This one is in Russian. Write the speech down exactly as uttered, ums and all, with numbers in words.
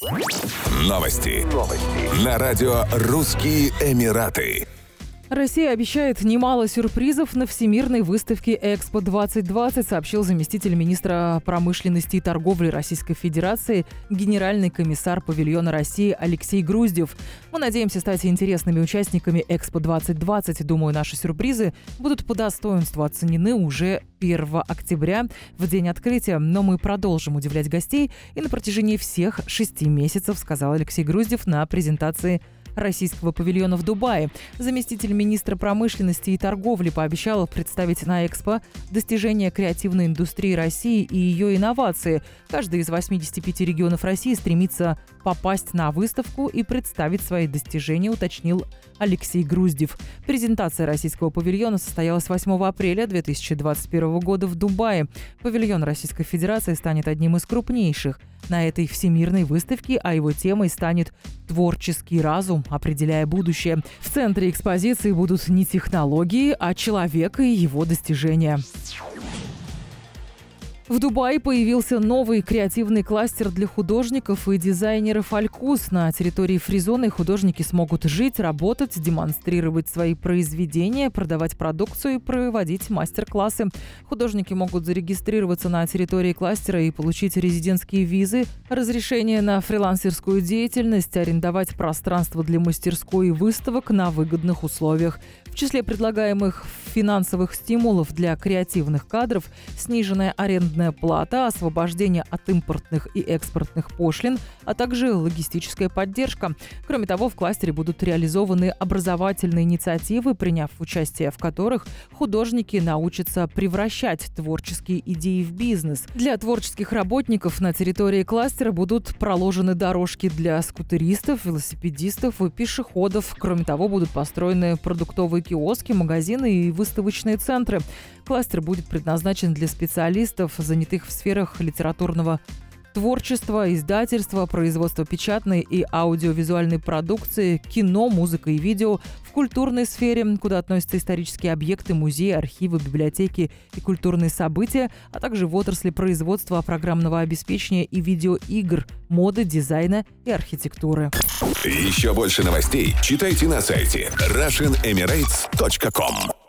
Новости. Новости. На радио «Русские Эмираты». Россия обещает немало сюрпризов на Всемирной выставке Экспо двадцать двадцать, сообщил заместитель министра промышленности и торговли Российской Федерации, генеральный комиссар павильона России Алексей Груздев. Мы надеемся стать интересными участниками Экспо двадцать двадцать. Думаю, наши сюрпризы будут по достоинству оценены уже первого октября, в день открытия. Но мы продолжим удивлять гостей и на протяжении всех шести месяцев, сказал Алексей Груздев на презентации российского павильона в Дубае. Заместитель министра промышленности и торговли пообещал представить на Экспо достижения креативной индустрии России и ее инновации. Каждый из восьмидесяти пяти регионов России стремится попасть на выставку и представить свои достижения, уточнил Алексей Груздев. Презентация российского павильона состоялась восьмого апреля две тысячи двадцать первого года в Дубае. Павильон Российской Федерации станет одним из крупнейших на этой всемирной выставке, а его темой станет «Творческий разум, определяя будущее». В центре экспозиции будут не технологии, а человек и его достижения. В Дубае появился новый креативный кластер для художников и дизайнеров «Алькус». На территории фризоны художники смогут жить, работать, демонстрировать свои произведения, продавать продукцию и проводить мастер-классы. Художники могут зарегистрироваться на территории кластера и получить резидентские визы, разрешение на фрилансерскую деятельность, арендовать пространство для мастерской и выставок на выгодных условиях. В числе предлагаемых финансовых стимулов для креативных кадров сниженная арендная плата, освобождение от импортных и экспортных пошлин, а также логистическая поддержка. Кроме того, в кластере будут реализованы образовательные инициативы, приняв участие в которых художники научатся превращать творческие идеи в бизнес. Для творческих работников на территории кластера будут проложены дорожки для скутеристов, велосипедистов и пешеходов. Кроме того, будут построены продуктовые киоски, магазины и выставочные центры. Кластер будет предназначен для специалистов, занятых в сферах литературного творчества, издательства, производства печатной и аудиовизуальной продукции, кино, музыка и видео, в культурной сфере, куда относятся исторические объекты, музеи, архивы, библиотеки и культурные события, а также в отрасли производства программного обеспечения и видеоигр, моды, дизайна и архитектуры. Еще больше новостей читайте на сайте Russian Emirates точка ком.